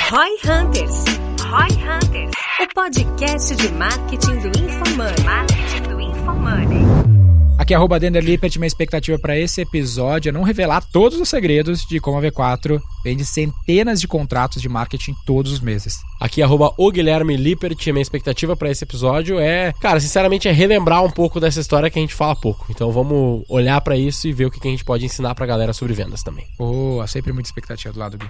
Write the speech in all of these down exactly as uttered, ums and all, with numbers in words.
Roy Hunters. Roy Hunters. O podcast de marketing do InfoMoney. Marketing do InfoMoney. Aqui é arroba Denner Lippert. Minha expectativa para esse episódio é não revelar todos os segredos de como a V quatro vende centenas de contratos de marketing todos os meses. Aqui é arroba o Guilherme Lippert. Minha expectativa para esse episódio é, cara, sinceramente é relembrar um pouco dessa história que a gente fala pouco. Então vamos olhar para isso e ver o que a gente pode ensinar pra galera sobre vendas também. Boa, sempre muita expectativa do lado do Gui.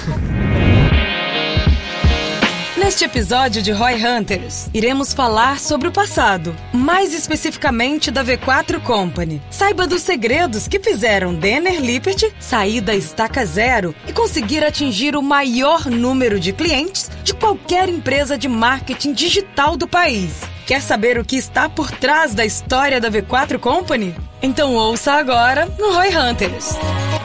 Neste episódio de Roy Hunters, iremos falar sobre o passado, mais especificamente da V quatro Company. Saiba dos segredos que fizeram Denner Lippert sair da estaca zero e conseguir atingir o maior número de clientes de qualquer empresa de marketing digital do país. Quer saber o que está por trás da história da V quatro Company? Então ouça agora no Roy Hunters.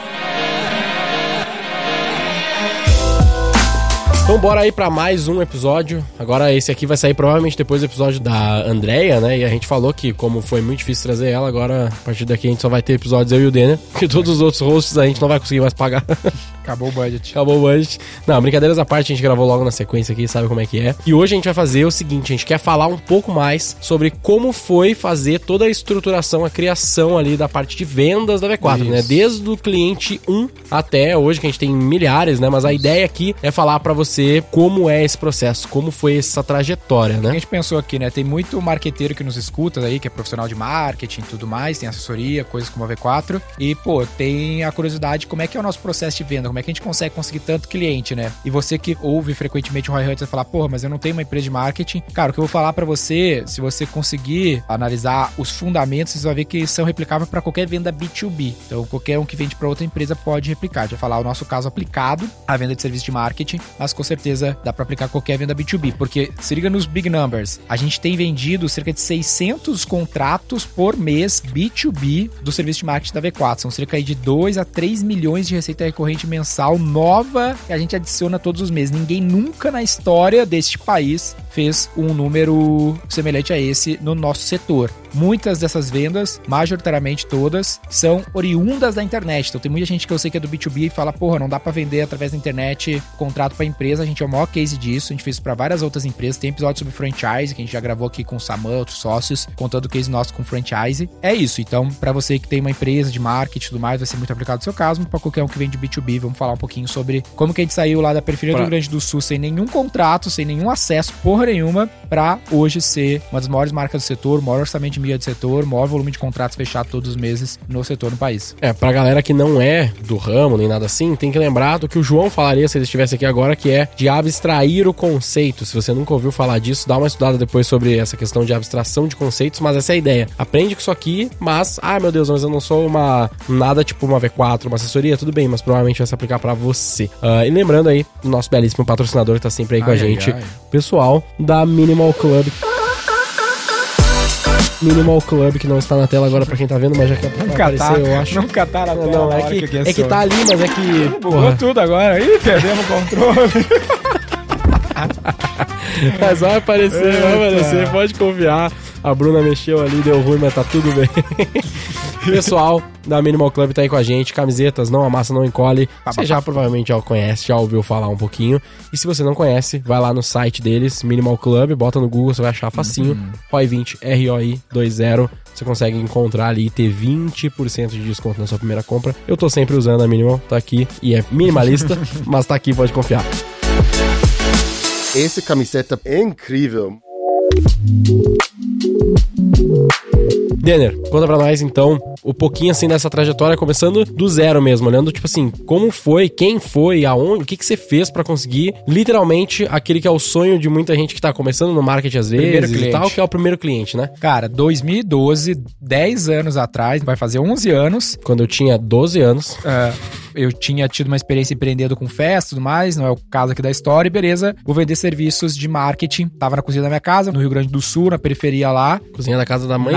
Então bora aí pra mais um episódio. Agora esse aqui vai sair provavelmente depois do episódio da Andrea, né? E a gente falou que como foi muito difícil trazer ela, agora a partir daqui a gente só vai ter episódios eu e o Denner, porque todos os outros hosts a gente não vai conseguir mais pagar. Acabou o budget. Acabou o budget. Não, brincadeiras à parte, a gente gravou logo na sequência aqui, sabe como é que é. E hoje a gente vai fazer o seguinte, a gente quer falar um pouco mais sobre como foi fazer toda a estruturação, a criação ali da parte de vendas da V quatro, Isso. né? Desde o cliente um até hoje, que a gente tem milhares, né? Mas a ideia aqui é falar pra você como é esse processo, como foi essa trajetória, né? A gente pensou aqui, né? Tem muito marqueteiro que nos escuta aí, que é profissional de marketing e tudo mais, tem assessoria, coisas como a V quatro. E, pô, tem a curiosidade como é que é o nosso processo de venda, como é que a gente consegue conseguir tanto cliente, né? E você que ouve frequentemente o Roy Hunters vai falar, porra, mas eu não tenho uma empresa de marketing. Cara, o que eu vou falar pra você, se você conseguir analisar os fundamentos, você vai ver que são replicáveis pra qualquer venda B dois B. Então, qualquer um que vende pra outra empresa pode replicar. A gente vai falar o nosso caso aplicado à venda de serviço de marketing, mas com certeza dá pra aplicar qualquer venda B dois B, porque se liga nos big numbers. A gente tem vendido cerca de seiscentos contratos por mês B dois B do serviço de marketing da V quatro. São cerca de dois a três milhões de receita recorrente mensal nova que a gente adiciona todos os meses. Ninguém nunca na história deste país fez um número semelhante a esse no nosso setor. Muitas dessas vendas, majoritariamente todas, são oriundas da internet. Então tem muita gente que eu sei que é do B dois B e fala, porra, não dá pra vender através da internet contrato pra empresa. A gente é o maior case disso, a gente fez isso pra várias outras empresas. Tem episódio sobre franchise, que a gente já gravou aqui com o Saman, outros sócios, contando o case nosso com franchise. É isso, então pra você que tem uma empresa de marketing e tudo mais, vai ser muito aplicado no seu caso. Pra qualquer um que vende B dois B, vamos falar um pouquinho sobre como que a gente saiu lá da periferia pra... do Rio Grande do Sul sem nenhum contrato, sem nenhum acesso, porra nenhuma, pra hoje ser uma das maiores marcas do setor, maior orçamento de mídia do setor, maior volume de contratos fechados todos os meses no setor no país. É, pra galera que não é do ramo nem nada assim, tem que lembrar do que o João falaria se ele estivesse aqui agora, que é de abstrair o conceito. Se você nunca ouviu falar disso, dá uma estudada depois sobre essa questão de abstração de conceitos, mas essa é a ideia. Aprende com isso aqui, mas, ah, meu Deus, mas eu não sou uma, nada tipo uma V quatro, uma assessoria, tudo bem, mas provavelmente vai se aplicar pra você. Uh, e lembrando aí, o nosso belíssimo patrocinador que tá sempre aí ai, com a gente, ai, ai. pessoal da Minimal Club. Minimal Club, que não está na tela agora pra quem tá vendo, mas já que nunca aparecer, tá, eu acho. Nunca tá na tela. Não, não é, que, que é que tá ali, mas é que... Bugou tudo agora. Ih, perdemos o controle. Mas vai aparecer, Eita. vai aparecer, pode confiar. A Bruna mexeu ali, deu ruim, mas tá tudo bem. Pessoal da Minimal Club tá aí com a gente. Camisetas, não amassa, não encolhe. Você já provavelmente já conhece, já ouviu falar um pouquinho. E se você não conhece, vai lá no site deles, Minimal Club, bota no Google, você vai achar facinho. Uhum. Roy vinte, R O I vinte. Você consegue encontrar ali e ter vinte por cento de desconto na sua primeira compra. Eu tô sempre usando a Minimal, tá aqui. E é minimalista, mas tá aqui, pode confiar. Essa camiseta é incrível. Denner, conta pra nós então um pouquinho assim dessa trajetória, começando do zero mesmo, olhando tipo assim, como foi, quem foi, aonde, o que que você fez pra conseguir literalmente aquele que é o sonho de muita gente que tá começando no marketing às vezes e tal, que é o primeiro cliente, né? Cara, dois mil e doze, dez anos atrás, vai fazer onze anos. Quando eu tinha doze anos. É, eu tinha tido uma experiência empreendendo com festa e tudo mais, não é o caso aqui da história, e beleza, vou vender serviços de marketing. Tava na cozinha da minha casa, no Rio Grande do Sul, na periferia lá. Cozinha da casa da mãe Nada, dele.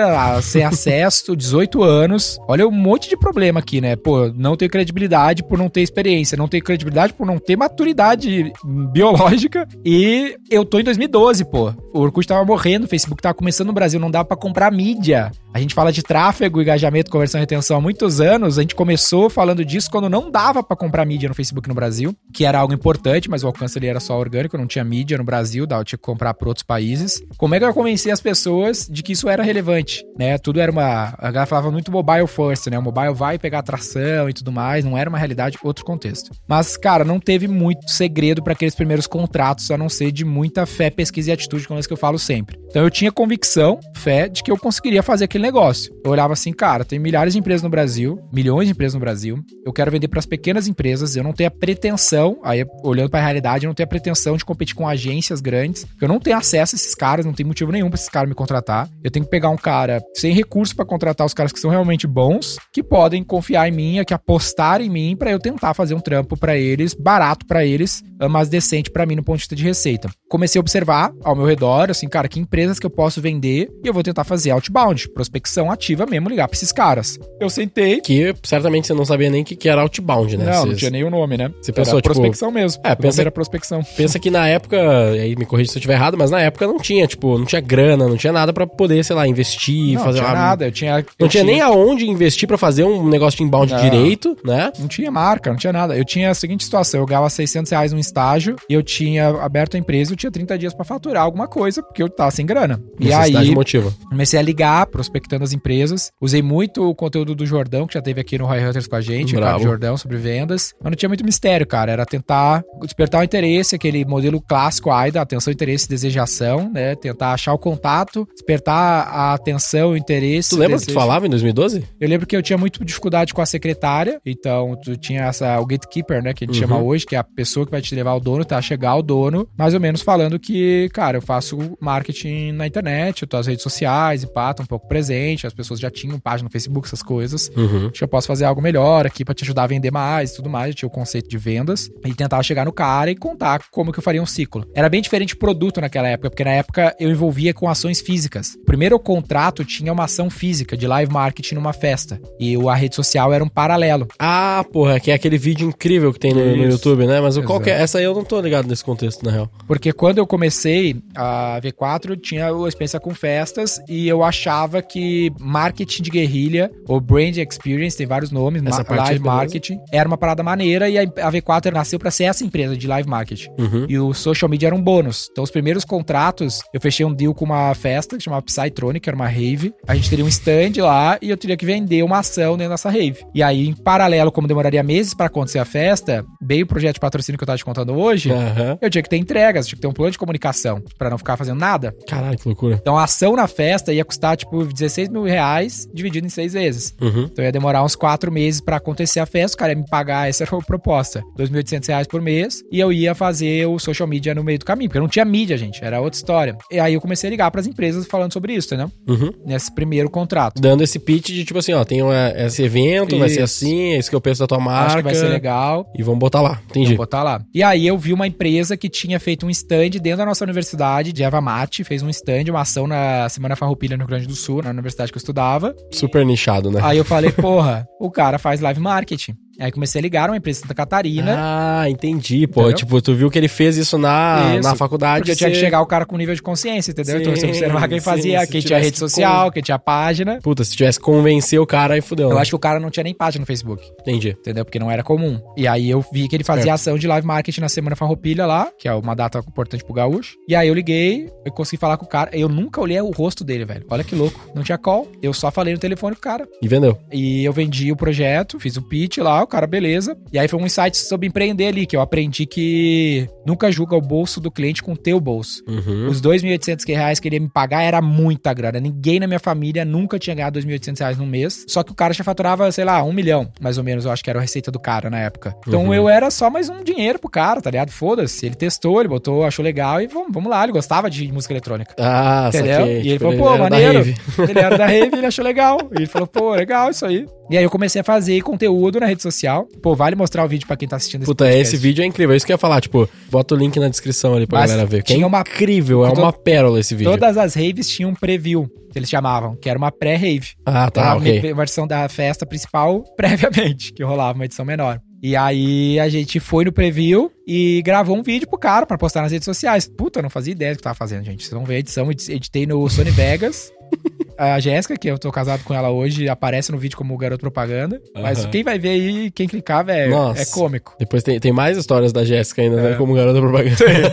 cara sem acesso, dezoito anos. Olha um monte de problema aqui, né? Pô, não tenho credibilidade por não ter experiência, não tenho credibilidade por não ter maturidade biológica. E eu tô em dois mil e doze, pô. O Orkut tava morrendo, o Facebook tava começando no Brasil, não dava pra comprar mídia. A gente fala de tráfego, engajamento, conversão e retenção há muitos anos. A gente começou falando disso quando não dava pra comprar mídia no Facebook no Brasil, que era algo importante, mas o alcance ali era só orgânico, não tinha mídia no Brasil, dava, tinha que comprar por outros países. Como é que eu convenci as pessoas de que isso era relevante, né? Tudo era uma... A galera falava muito mobile first, né? O mobile vai pegar atração e tudo mais, não era uma realidade, outro contexto. Mas, cara, não teve muito segredo para aqueles primeiros contratos, a não ser de muita fé, pesquisa e atitude, como é que eu falo sempre. Então eu tinha convicção, fé, de que eu conseguiria fazer aquele negócio. Eu olhava assim, cara, tem milhares de empresas no Brasil, milhões de empresas no Brasil, eu quero vender para as pequenas empresas, eu não tenho a pretensão, aí olhando para a realidade, eu não tenho a pretensão de competir com agências grandes, porque eu não tenho acesso a esses caras, não tem motivo nenhum para esses caras me contratar. Eu tenho que pegar um cara sem recurso para contratar os caras que são realmente bons, que podem confiar em mim, que apostar em mim para eu tentar fazer um trampo para eles, barato para eles, mas decente para mim no ponto de vista de receita. Comecei a observar ao meu redor, assim, cara, que empresas que eu posso vender e eu vou tentar fazer outbound, prospecção ativa mesmo, ligar pra esses caras. Eu sentei... Que certamente você não sabia nem o que, que era outbound, né? Não, Cês... não tinha nem o nome, né? Você pensou, era tipo... prospecção mesmo. É, pensa... era prospecção. Pensa que na época, aí me corrija se eu estiver errado, mas na época não tinha, tipo, não tinha grana, não tinha nada pra poder, sei lá, investir, não, fazer... Não tinha uma... nada, eu tinha... Não eu tinha, tinha nem aonde investir pra fazer um negócio de inbound não. direito, né? Não tinha marca, não tinha nada. Eu tinha a seguinte situação, eu ganhava seiscentos reais num estágio e eu tinha aberto a empresa e eu tinha trinta dias pra faturar alguma coisa, porque eu tava sem grana. E aí, motiva. comecei a ligar, prospectando as empresas. Usei muito o conteúdo do Jordão, que já teve aqui no Roy Hunters com a gente, o cara Jordão, sobre vendas. Mas não tinha muito mistério, cara. Era tentar despertar o interesse, aquele modelo clássico A I D A, atenção, interesse, desejação, né? Tentar achar o contato, despertar a atenção, o interesse. Tu lembra desejo. que tu falava em dois mil e doze? Eu lembro que eu tinha muita dificuldade com a secretária, então tu tinha essa, o gatekeeper, né, que a gente uhum. chama hoje, que é a pessoa que vai te levar ao dono, tá? Chegar ao dono, mais ou menos falando que, cara, eu faço marketing na internet, eu tô nas redes sociais e pá, tô um pouco presente, as pessoas já tinham página no Facebook, essas coisas. Uhum. Acho que eu posso fazer algo melhor aqui pra te ajudar a vender mais e tudo mais. Eu tinha o conceito de vendas e tentava chegar no cara e contar como que eu faria um ciclo. Era bem diferente de produto naquela época, porque na época eu envolvia com ações físicas. O primeiro contrato tinha uma ação física de live marketing numa festa e a rede social era um paralelo. Ah, porra, que é aquele vídeo incrível que tem no, no YouTube, né? Mas o qual que é? Essa aí eu não tô ligado nesse contexto, na real. Porque quando eu comecei a V quatro, tinha a experiência com festas e eu achava que marketing de guerrilha ou brand experience, tem vários nomes, essa ma- live marketing, era uma parada maneira e a, a V quatro nasceu pra ser essa empresa de live marketing. Uhum. E o social media era um bônus. Então os primeiros contratos, eu fechei um deal com uma festa que chamava Psytronic, que era uma rave. A gente teria um stand lá e eu teria que vender uma ação dentro dessa rave. E aí, em paralelo, como demoraria meses pra acontecer a festa, veio o projeto de patrocínio que eu tava te contando hoje, uhum. eu tinha que ter entregas, tinha que ter um plano de comunicação pra não ficar fazendo nada. Caralho, que loucura. Então a ação na festa ia custar, tipo, dezesseis mil reais dividido em seis vezes. Uhum. Então ia demorar uns quatro meses pra acontecer a festa, o cara ia me pagar, essa era a proposta, dois mil e oitocentos reais por mês, e eu ia fazer o social media no meio do caminho, porque não tinha mídia, gente, era outra história. E aí eu comecei a ligar pras empresas falando sobre isso, entendeu? Uhum. Nesse primeiro contrato. Dando esse pitch de, tipo assim, ó, tem uma, esse evento, isso. Vai ser assim, é isso que eu penso da tua marca. Acho que vai ser legal. E vamos botar lá, entendi. Vamos botar lá. E aí eu vi uma empresa que tinha feito um stand dentro da nossa universidade, de Eva Mate, fez um stand, uma ação na Semana Farroupilha no Rio Grande do Sul, na universidade que eu estudava. Super nichado, né? Aí eu falei, porra, o cara faz live marketing. Aí comecei a ligar uma empresa de Santa Catarina. Ah, entendi, pô. Entendeu? Tipo, tu viu que ele fez isso na, isso, na faculdade. Porque tinha que chegar o cara com nível de consciência, entendeu? Sim, então você observar quem fazia, sim, quem tinha rede social, com... quem tinha página. Puta, se tivesse que convencer o cara, aí fudeu. Eu né? acho que o cara não tinha nem página no Facebook. Entendi. Entendeu? Porque não era comum. E aí eu vi que ele fazia certo. ação de live marketing na Semana Farroupilha lá, que é uma data importante pro gaúcho. E aí eu liguei, eu consegui falar com o cara. Eu nunca olhei o rosto dele, velho. Olha que louco. Não tinha call. Eu só falei no telefone com o cara. E vendeu. E eu vendi o projeto, fiz o pitch lá, o cara, beleza. E aí foi um insight sobre empreender ali, que eu aprendi que nunca julga o bolso do cliente com o teu bolso. Uhum. Os dois mil e oitocentos reais que ele ia me pagar era muita grana. Ninguém na minha família nunca tinha ganhado dois mil e oitocentos reais no mês. Só que o cara já faturava, sei lá, um milhão, mais ou menos, eu acho que era a receita do cara na época. Então uhum. eu era só mais um dinheiro pro cara, tá ligado? Foda-se. Ele testou, ele botou, achou legal e vamos, vamos lá. Ele gostava de música eletrônica. Ah, entendeu? saquei. E ele tipo, falou, pô, ele maneiro. Ele era da rave, ele achou legal. E ele falou, pô, legal isso aí. E aí eu comecei a fazer conteúdo na rede social. Pô, vale mostrar o vídeo pra quem tá assistindo esse Puta, podcast. esse vídeo é incrível. É isso que eu ia falar. Tipo, bota o link na descrição ali pra Mas galera ver. Que é tinha uma- incrível. É to- uma pérola esse vídeo. Todas as raves tinham um preview, que eles chamavam, que era uma pré-rave. Ah, tá, Era ok. uma versão da festa principal previamente, que rolava uma edição menor. E aí a gente foi no preview e gravou um vídeo pro cara pra postar nas redes sociais. Puta, eu não fazia ideia do que tava fazendo, gente. Vocês vão ver a edição, editei no Sony Vegas. A Jéssica, que eu tô casado com ela hoje, aparece no vídeo como garoto propaganda. Mas Aham. quem vai ver aí, quem clicar, velho, Nossa. é cômico. Depois tem, tem mais histórias da Jéssica ainda, né? É. Como garota propaganda.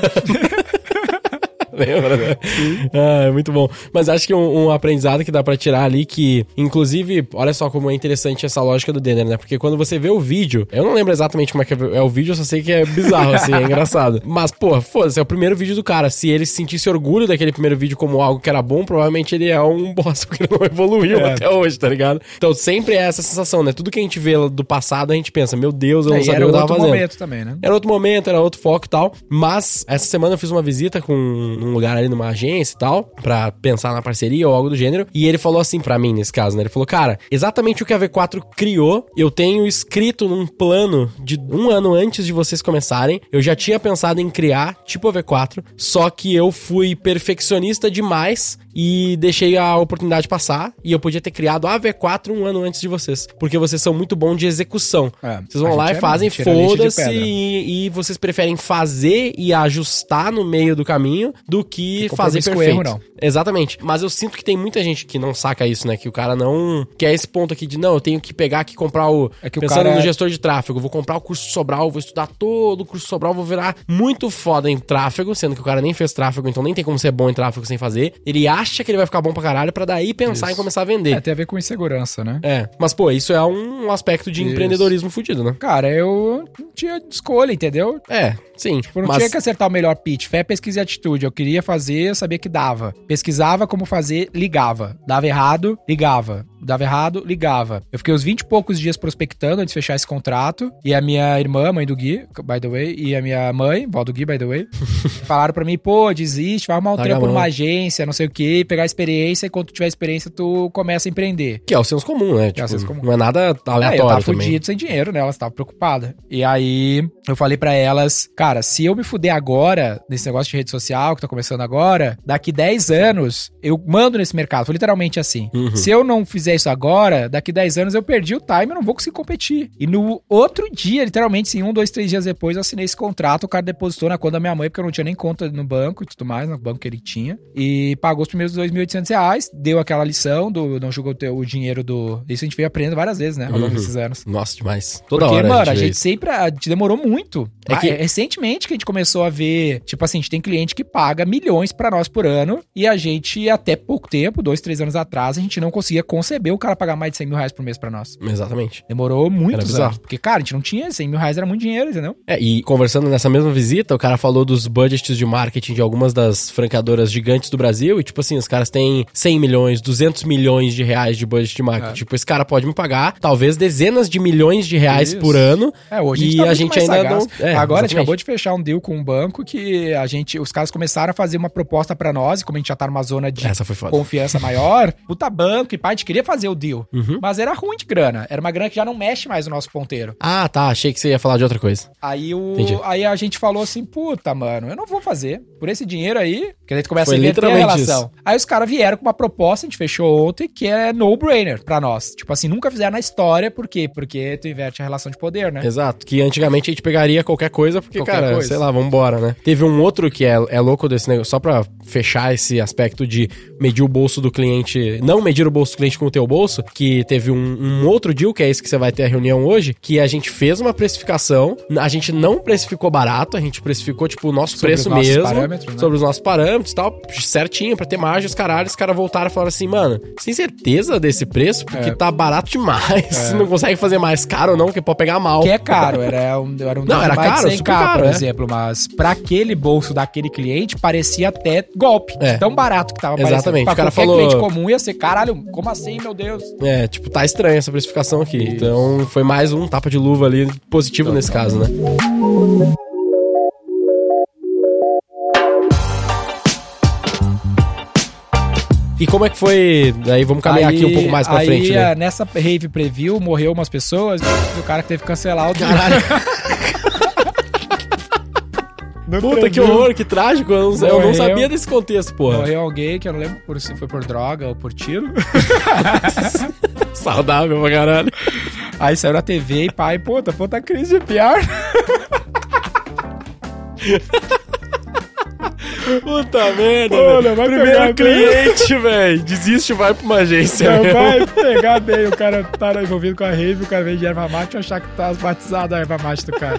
Lembra, né? Ah, é muito bom. Mas acho que um, um aprendizado que dá pra tirar ali que, inclusive, olha só como é interessante essa lógica do Denner, né? Porque quando você vê o vídeo, eu não lembro exatamente como é que é o vídeo, eu só sei que é bizarro, assim, é engraçado. Mas, pô, foda-se, é o primeiro vídeo do cara. Se ele sentisse orgulho daquele primeiro vídeo como algo que era bom, provavelmente ele é um bosta, porque ele não evoluiu É. até hoje, tá ligado? Então sempre é essa sensação, né? Tudo que a gente vê do passado, a gente pensa, meu Deus, eu não É, e sabia era o que eu tava outro fazendo. momento também, né? Era outro momento, era outro foco e tal. Mas essa semana eu fiz uma visita com um lugar ali numa agência e tal, pra pensar na parceria ou algo do gênero. E ele falou assim pra mim, nesse caso, né? Ele falou, cara, exatamente o que a V quatro criou, eu tenho escrito num plano de um ano antes de vocês começarem. Eu já tinha pensado em criar, tipo a V quatro, só que eu fui perfeccionista demais e deixei a oportunidade passar. E eu podia ter criado a V quatro um ano antes de vocês. Porque vocês são muito bons de execução. É, Vocês vão a lá gente e é fazem, mesmo, tira leite de foda-se, pedra. e, e vocês preferem fazer e ajustar no meio do caminho do que Tem fazer compromisso com perfeito. erro, não. Exatamente. Mas eu sinto que tem muita gente que não saca isso, né? Que o cara não quer esse ponto aqui de, não, eu tenho que pegar aqui e comprar o... É que o pensando cara- no gestor de tráfego, vou comprar o curso Sobral, vou estudar todo o curso Sobral, vou virar muito foda em tráfego, sendo que o cara nem fez tráfego, então nem tem como ser bom em tráfego sem fazer. Ele acha que ele vai ficar bom pra caralho pra daí pensar Isso. em começar a vender. É, tem a ver com insegurança, né? É, mas pô, isso é um aspecto de Isso. empreendedorismo fudido, né? Cara, eu não tinha escolha, entendeu? É, sim. Eu não mas... tinha que acertar o melhor pitch. Fé, pesquisa e atitude. Eu queria fazer, eu sabia que dava. Pesquisava como fazer, ligava. Dava errado, ligava. Dava errado, ligava. Eu fiquei uns vinte e poucos dias prospectando antes de fechar esse contrato. E a minha irmã, mãe do Gui, by the way, e a minha mãe, vó do Gui, by the way, falaram pra mim, pô, desiste, vai arrumar um Larga a trampo mão. numa agência, não sei o quê, pegar experiência, e quando tu tiver experiência, tu começa a empreender. Que é o senso comum, né? Que é o Tipo, senso comum. não é nada Aí eu aleatório tava também. fudido sem dinheiro, né? Elas estavam preocupadas. E aí eu falei pra elas, cara, se eu me fuder agora, nesse negócio de rede social que tá começando agora, daqui dez anos eu mando nesse mercado. Foi literalmente assim. Uhum. Se eu não fizer isso agora, daqui dez anos eu perdi o time, eu não vou conseguir competir. E no outro dia, literalmente, assim, um, dois, três dias depois, eu assinei esse contrato, o cara depositou na conta da minha mãe, porque eu não tinha nem conta no banco e tudo mais, no banco que ele tinha. E pagou os primeiros dois mil e oitocentos reais, deu aquela lição do não jogou o teu- o dinheiro do... Isso a gente veio aprendendo várias vezes, né? Ao longo Uhum. desses anos. Nossa, demais. Toda Porque, hora mano, a vê gente isso. sempre a gente demorou muito. É É que- recentemente que a gente começou a ver, tipo assim, a gente tem cliente que paga milhões pra nós por ano e a gente, até pouco tempo, dois, três anos atrás, a gente não conseguia conceber o cara pagar mais de cem mil reais por mês pra nós. Exatamente. Demorou Era muitos bizarro. anos. Porque, cara, a gente não tinha cem mil reais, era muito dinheiro, entendeu? É, e conversando nessa mesma visita, o cara falou dos budgets de marketing de algumas das franqueadoras gigantes do Brasil, e tipo assim, os caras têm cem milhões, duzentos milhões de reais de budget de marketing. É. Tipo, esse cara pode me pagar talvez dezenas de milhões de reais Isso. por ano. É, hoje E tá a muito gente mais ainda sagaz. não- é, Agora a gente exatamente. acabou de fechar um deal com um banco que a gente, os caras começaram a fazer uma proposta pra nós, e como a gente já tá numa zona de Essa foi foda. confiança maior, puta banco e pai, a gente queria fazer o deal. Uhum. Mas era ruim de grana. Era uma grana que já não mexe mais no nosso ponteiro. Ah, tá, achei que você ia falar de outra coisa. Aí, o, Entendi. aí a gente falou assim, puta, mano, eu não vou fazer. Por esse dinheiro aí, que a gente começa Foi a inverter a literalmente relação. Aí os caras vieram com uma proposta, a gente fechou ontem, que é no-brainer pra nós. Tipo assim, nunca fizeram na história, por quê? Porque tu inverte a relação de poder, né? Exato, que antigamente a gente pegaria qualquer coisa, porque, Qualquer cara, coisa. sei lá, vambora, né? Teve um outro que é, é louco desse negócio, só pra fechar esse aspecto de medir o bolso do cliente, não medir o bolso do cliente com o teu bolso, que teve um, um outro deal, que é esse que você vai ter a reunião hoje, que a gente fez uma precificação, a gente não precificou barato, a gente precificou, tipo, o nosso Sobre preço os nossos mesmo, parâmetros, né? sobre os nossos parâmetros e tal, certinho, pra ter margem, os caralhos, os caras voltaram e falaram assim, mano, sem certeza desse preço, porque É. tá barato demais, não consegue fazer mais caro ou não, que pode pegar mal. Que é caro, era um, era um Não, era mais de caro, cem super K, caro, por é. exemplo, mas pra aquele bolso daquele cliente parecia até golpe. É. Tão barato que tava Exatamente, parecendo. Pra o cara qualquer falou- cliente comum ia ser, caralho, como assim, meu Deus? É, tipo, tá estranha essa precificação aqui. Então, foi mais um tapa de luva ali, positivo nesse caso, né? E como é que foi? Daí vamos caminhar Aí- aqui um pouco mais pra aí, frente, né? ah, nessa rave preview, morreu umas pessoas e o cara que teve que cancelar o Caralho. Puta, que horror, que trágico. Eu não, eu não Morreu. sabia desse contexto, porra. Morreu alguém que eu não lembro por, se foi por droga ou por tiro. Saudável pra caralho. Aí saiu na T V e pai, puta, puta crise de P R. Puta merda, Pô, velho. não vai Primeiro pegar cliente, velho. Desiste e vai pra uma agência. Não meu. vai pegar bem, o cara tá envolvido com a rave, o cara vem de erva mate e achar que tá batizado a erva mate do cara.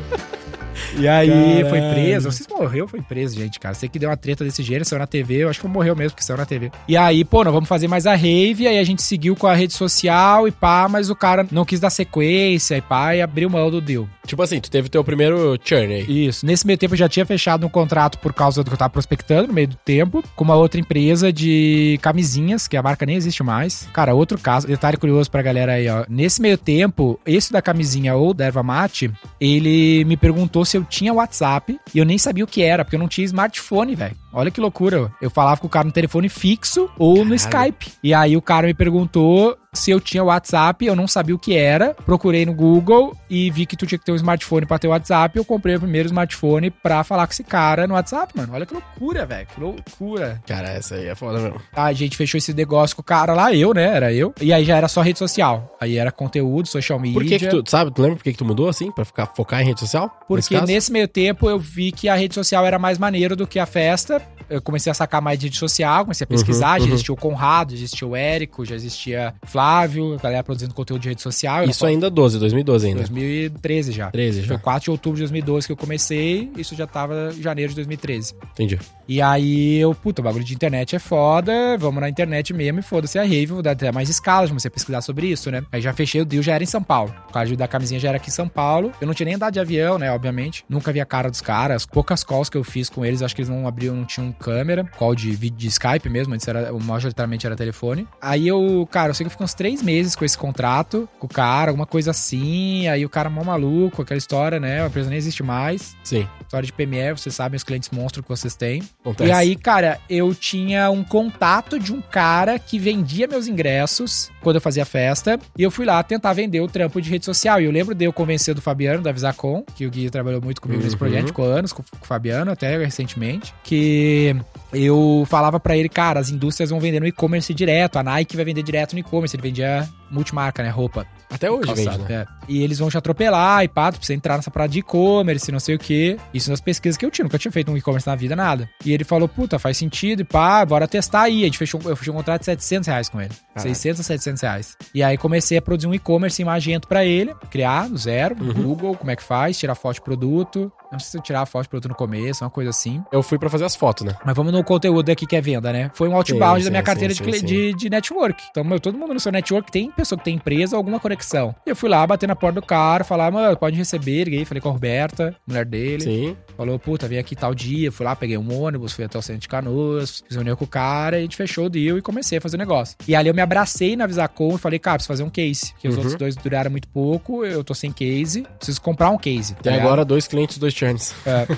E aí Caralho. foi preso. Não sei se morreu, foi preso, gente, cara. Sei que deu uma treta desse gênero, saiu na T V. Eu acho que morreu mesmo, porque saiu na T V. E aí, pô, nós vamos fazer mais a rave. Aí a gente seguiu com a rede social e pá, mas o cara não quis dar sequência e pá, e abriu mão do deal. Tipo assim, tu teve teu primeiro churn aí. Isso. Nesse meio tempo eu já tinha fechado um contrato por causa do que eu tava prospectando no meio do tempo, com uma outra empresa de camisinhas, que a marca nem existe mais. Cara, outro caso, detalhe curioso pra galera aí, ó. Nesse meio tempo, esse da camisinha ou da erva mate, ele me perguntou se eu tinha WhatsApp e eu nem sabia o que era, porque eu não tinha smartphone, velho. Olha que loucura. Eu falava com o cara no telefone fixo ou no Skype. E aí o cara me perguntou se eu tinha WhatsApp, eu não sabia o que era. Procurei no Google e vi que tu tinha que ter um smartphone pra ter WhatsApp. Eu comprei o primeiro smartphone pra falar com esse cara no WhatsApp, mano. Olha que loucura, velho. Que loucura. Cara, essa aí é foda mesmo. A gente fechou esse negócio com o cara lá, eu, né? Era eu. E aí já era só rede social. Aí era conteúdo, social media. Por que que tu, sabe, tu lembra por que que tu mudou assim? Pra ficar, focar em rede social? Porque nesse meio tempo eu vi que a rede social era mais maneiro do que a festa. Eu comecei a sacar mais de rede social, comecei a pesquisar. Uhum, já uhum. existia o Conrado, já existia o Érico, já existia Flávio, a galera produzindo conteúdo de rede social. Eu Isso não- ainda doze, dois mil e doze ainda. dois mil e treze já. treze já. Foi quatro de outubro de dois mil e doze que eu comecei, isso já tava em janeiro de dois mil e treze. Entendi. E aí eu, puta, o bagulho de internet é foda, vamos na internet mesmo e foda-se a rave, vou dar até mais escalas, comecei a pesquisar sobre isso, né? Aí já fechei o deal, já era em São Paulo. O caso da camisinha já era aqui em São Paulo. Eu não tinha nem andado de avião, né, obviamente. Nunca vi a cara dos caras. Poucas calls que eu fiz com eles, acho que eles não abriam, não tinham câmera. Call de vídeo de Skype mesmo, antes era, majoritariamente era telefone. Aí eu, cara, eu sei que eu fiquei uns três meses com esse contrato, com o cara, alguma coisa assim. Aí o cara mó maluco, aquela história, né? A empresa nem existe mais. Sim. História de P M E, vocês sabem os clientes monstros que vocês têm. Acontece. E aí, cara, eu tinha um contato de um cara que vendia meus ingressos quando eu fazia festa. E eu fui lá tentar vender o trampo de rede social. E eu lembro de eu convencer do Fabiano, da Visacom, que o Gui trabalhou muito comigo nesse Uhum. projeto, ficou anos com, com o Fabiano, até recentemente, que eu falava pra ele, cara, as indústrias vão vender no e-commerce direto. A Nike vai vender direto no e-commerce. Ele vendia multimarca, né? Roupa. Até hoje Calçado, vende, né? é. E eles vão te atropelar, e pá, tu precisa entrar nessa parada de e-commerce, não sei o quê. Isso nas pesquisas que eu tinha, nunca tinha feito um e-commerce na vida, nada. E ele falou, puta, faz sentido, e pá, bora testar aí. A gente fechou, eu fechei um contrato de setecentos reais com ele. Caralho. seiscentos a setecentos reais. E aí comecei a produzir um e-commerce em Magento pra ele, criar do zero, no Uhum. Google, como é que faz, tirar foto de produto. Não precisa tirar a foto de produto no começo, uma coisa assim. Eu fui pra fazer as fotos, né? Mas vamos no conteúdo aqui que é venda, né? Foi um outbound Sim, da minha sim, carteira sim, de, sim, cli- sim. de, de network. Então, meu, todo mundo no seu network tem pessoa que tem empresa ou alguma conexão. E eu fui lá, bater na porta do cara, falar, mano, pode receber. Liguei, falei com a Roberta, mulher dele. Sim. Falou, puta, vem aqui tal dia. Fui lá, peguei um ônibus, fui até o centro de Canoas, fiz reunião com o cara, e a gente fechou o deal e comecei a fazer o negócio. E ali eu me abracei na Visacom e falei, cara, preciso fazer um case. Porque os Uhum. outros dois duraram muito pouco, eu tô sem case, preciso comprar um case. tá Tem ligado? agora dois clientes, dois churns.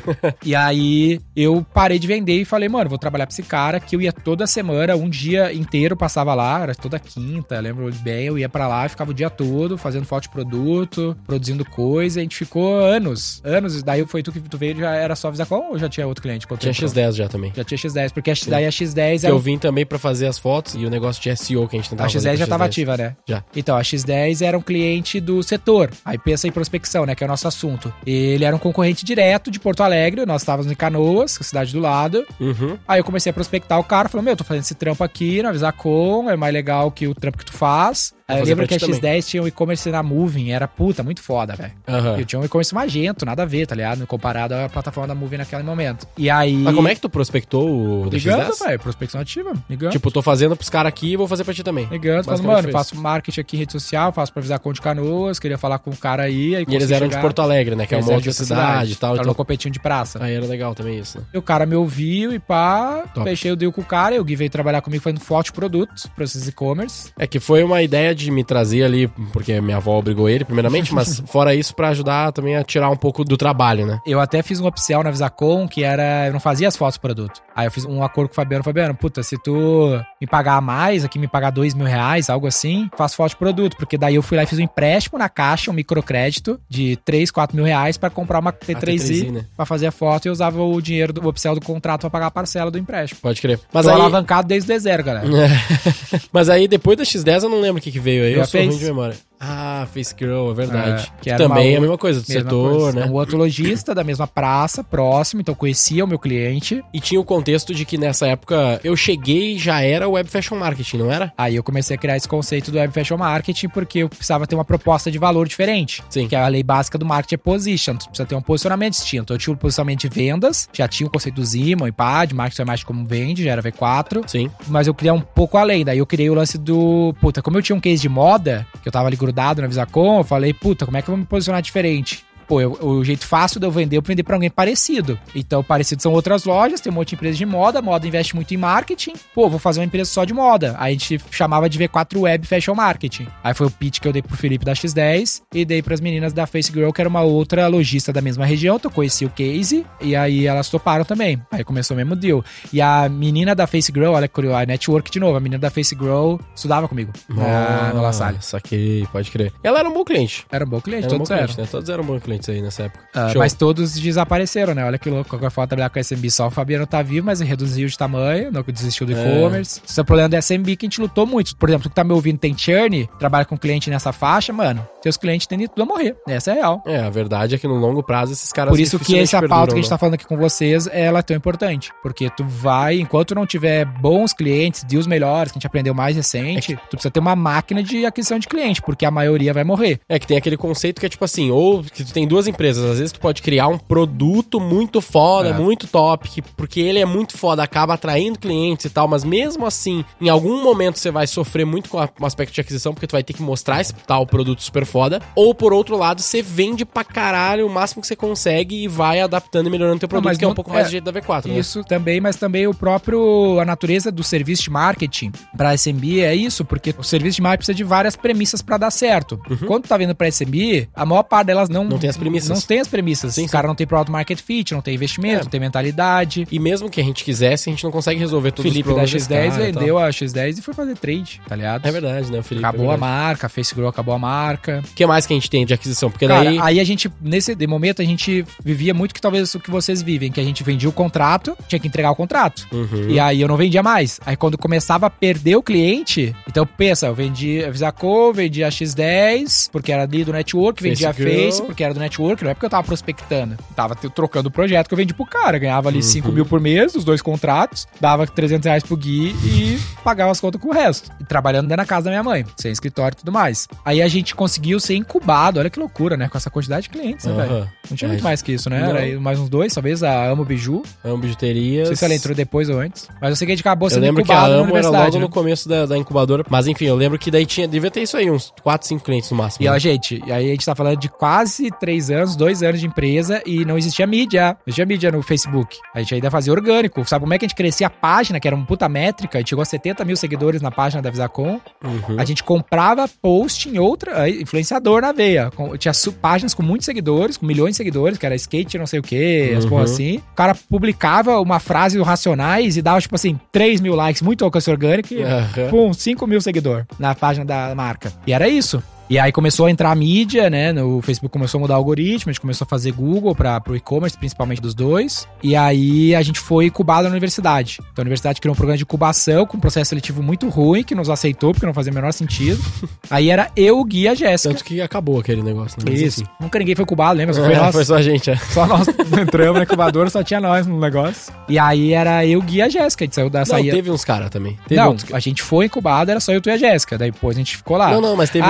E aí eu parei de vender e falei, mano, vou trabalhar pra esse cara, que eu ia toda semana, um dia inteiro passava lá, era toda quinta, lembro bem, eu ia pra lá e ficava o dia todo fazendo foto de produto, produzindo coisa, a gente ficou anos, anos, daí foi tu que tu veio, já era só Visacom ou já tinha outro cliente? Tinha X dez já também. Já tinha X dez, porque a X- daí a X dez Que era eu vim também pra fazer as fotos e o negócio de S E O que a gente tentava a X fazer dez já com tava X dez. ativa, né? Já. Então, a X dez era um cliente do setor. Aí pensa em prospecção, né? Que é o nosso assunto. Ele era um concorrente direto de Porto Alegre. Nós estávamos em Canoas, que é a cidade do lado. Uhum. Aí eu comecei a prospectar o cara. Falei, meu, eu tô fazendo esse trampo aqui na Visacom. É mais legal que o trampo que tu faz. Aí eu fazer lembro pra que a ti X dez tinha um e-commerce na Moving. Era puta, muito foda, velho. Aham. Eu tinha um e-commerce Magento, nada a ver, tá ligado? Comparado à plataforma da Moving naquele momento. E aí... Mas como é que tu prospectou o do X Ligando, dez? velho. Prospecção ativa. Ligando. Tipo, tô fazendo pros caras aqui e vou fazer pra ti também. Ligando, falando, Basicamente mano, foi faço marketing aqui em rede social, faço pra Visacom de Canoas, queria falar com o cara aí. aí E eles eram de Porto Alegre, né? Que é uma outra cidade e tal. Era Então... no competinho de praça. Aí era legal também isso, né? E o cara me ouviu e pá, Top. fechei o deal com o cara. E o Gui veio trabalhar comigo fazendo foto de produtos pra esses e-commerce. É que foi uma ideia de me trazer ali, porque minha avó obrigou ele, primeiramente, mas fora isso, pra ajudar também a tirar um pouco do trabalho, né? Eu até fiz um oficial na Visacom, que era... Eu não fazia as fotos do produto. Aí eu fiz um acordo com o Fabiano. Fabiano, puta, se tu me pagar mais, aqui me pagar dois mil reais, algo assim, faço foto de produto. Porque daí eu fui lá e fiz um empréstimo na Caixa, um microcrédito de três, quatro mil reais pra comprar uma T três i, né? Pra fazer a foto e eu usava o dinheiro do oficial do contrato pra pagar a parcela do empréstimo. Pode crer. Mas Tô aí... alavancado desde o D zero, galera. Mas aí, depois da X dez, eu não lembro o que que veio aí. Eu, eu sou fez. ruim de memória. Ah, Face Girl, é verdade. É, que era também uma, é a mesma coisa, do mesma setor, coisa. né? Um outro lojista da mesma praça, próximo, então conhecia o meu cliente. E tinha o contexto de que nessa época eu cheguei e já era Web Fashion Marketing, não era? Aí eu comecei a criar esse conceito do Web Fashion Marketing porque eu precisava ter uma proposta de valor diferente. Sim. Que é a lei básica do marketing é position. Tu precisa ter um posicionamento distinto. Então eu tinha um posicionamento de vendas, já tinha o conceito do Zima, I P A D, marketing mais como vende, já era V quatro. Sim. Mas eu queria um pouco além. Daí eu criei o lance do... Puta, como eu tinha um case de moda, que eu tava ali grudado na Visacom, eu falei, puta, como é que eu vou me posicionar diferente? Pô, eu, o jeito fácil de eu vender, eu vender pra alguém parecido. Então, parecido são outras lojas, tem um monte de empresas de moda, moda investe muito em marketing. Pô, vou fazer uma empresa só de moda. Aí a gente chamava de V quatro Web Fashion Marketing. Aí foi o pitch que eu dei pro Felipe da X dez e dei pras meninas da Face Girl, que era uma outra lojista da mesma região. Então, eu conheci o case e aí elas toparam também. Aí começou o mesmo deal. E a menina da Face Girl, olha, a network de novo, a menina da Face Girl estudava comigo na, no La Salle. Saquei, pode crer. Ela era um bom cliente. Era um bom cliente, era todos um bom eram. Cliente, né? Todos eram bons clientes aí nessa época. Uh, mas todos desapareceram, né? Olha que louco. Qualquer forma, trabalhar com a S M B só o Fabiano tá vivo, mas reduziu de tamanho, não desistiu do é. e-commerce. Esse é o problema da S M B que a gente lutou muito. Por exemplo, tu que tá me ouvindo tem churn, trabalha com cliente nessa faixa, mano, teus clientes tendem tudo a morrer. Essa é real. É, a verdade é que no longo prazo esses caras Por isso que essa perduram, pauta que a gente né? tá falando aqui com vocês, ela é tão importante. Porque tu vai, enquanto não tiver bons clientes, deals melhores, que a gente aprendeu mais recente, é que... tu precisa ter uma máquina de aquisição de cliente, porque a maioria vai morrer. É que tem aquele conceito que é tipo assim, ou que tu tem duas empresas, às vezes tu pode criar um produto muito foda, é. muito top, que, porque ele é muito foda, acaba atraindo clientes e tal, mas mesmo assim, em algum momento você vai sofrer muito com, a, com o aspecto de aquisição, porque tu vai ter que mostrar esse tal produto super foda, ou por outro lado, você vende pra caralho o máximo que você consegue e vai adaptando e melhorando teu produto, não, que é um pouco é, mais do jeito da V quatro, né? Isso também, mas também o próprio, a natureza do serviço de marketing pra S M B é isso, porque o serviço de marketing precisa de várias premissas pra dar certo. Uhum. Quando tu tá vendo pra S M B, a maior parte delas não... Não tem as premissas. Não tem as premissas. Sim, o cara sim. não tem product market fit, não tem investimento, é. não tem mentalidade. E mesmo que a gente quisesse, a gente não consegue resolver todos Felipe os problemas. Felipe da X dez vendeu a X dez e foi fazer trade, tá ligado? É verdade, né? O Felipe acabou é a marca, a Face Girl acabou a marca. O que mais que a gente tem de aquisição? Porque cara, daí... aí a gente, nesse momento, a gente vivia muito que talvez o que vocês vivem, que a gente vendia o contrato, tinha que entregar o contrato. Uhum. E aí eu não vendia mais. Aí quando começava a perder o cliente, então pensa, eu vendi a Visacom, vendi a X dez, porque era ali do network, Face vendia a Girl. Face, porque era do network, não é porque eu tava prospectando. Tava trocando o projeto que eu vendi pro cara. Ganhava ali uhum. cinco mil por mês, os dois contratos, dava trezentos reais pro Gui e pagava as contas com o resto. E trabalhando dentro da casa da minha mãe, sem escritório e tudo mais. Aí a gente conseguiu ser incubado, olha que loucura, né? Com essa quantidade de clientes, né, uhum. velho? Não tinha é. muito mais que isso, né? Não. Era mais uns dois, talvez a Amo Biju. Amo Bijuterias. Não sei se ela entrou depois ou antes. Mas eu sei que a gente acabou sendo incubado. Eu lembro que a Amo era logo né? no começo da, da incubadora. Mas enfim, eu lembro que daí tinha, devia ter isso aí, uns quatro, cinco clientes no máximo. E né? ó, gente, e aí a gente tá falando de quase três anos, dois anos de empresa e não existia mídia. Não existia mídia no Facebook. A gente ainda fazia orgânico. Sabe como é que a gente crescia a página, que era uma puta métrica? A gente chegou a setenta mil seguidores na página da Visacom. Uhum. A gente comprava post em outra, influenciador na veia. Tinha páginas com muitos seguidores, com milhões de seguidores, que era skate não sei o que, as uhum. porra assim. O cara publicava uma frase do Racionais e dava, tipo assim, três mil likes, muito alcance orgânico e, uhum. pum, cinco mil seguidores na página da marca. E era isso. E aí começou a entrar a mídia, né? O Facebook começou a mudar o algoritmo, a gente começou a fazer Google para pro e-commerce, principalmente dos dois. E aí a gente foi incubado na universidade. Então a universidade criou um programa de incubação com um processo seletivo muito ruim, que nos aceitou, porque não fazia o menor sentido. Aí era eu, o Gui e a Jéssica. Tanto que acabou aquele negócio. Né? Isso. Assim. Nunca ninguém foi incubado, lembra? Só foi é, nós. Foi só a gente, é. Só nós entramos na incubadora, só tinha nós no negócio. E aí era eu, o Gui e a Jéssica. A gente saiu da... Não, saía... teve uns caras também. Teve não, outros... a gente foi incubado, era só eu, tu e a Jéssica. Daí depois a gente ficou lá. Não, não, mas teve ah, outras sim.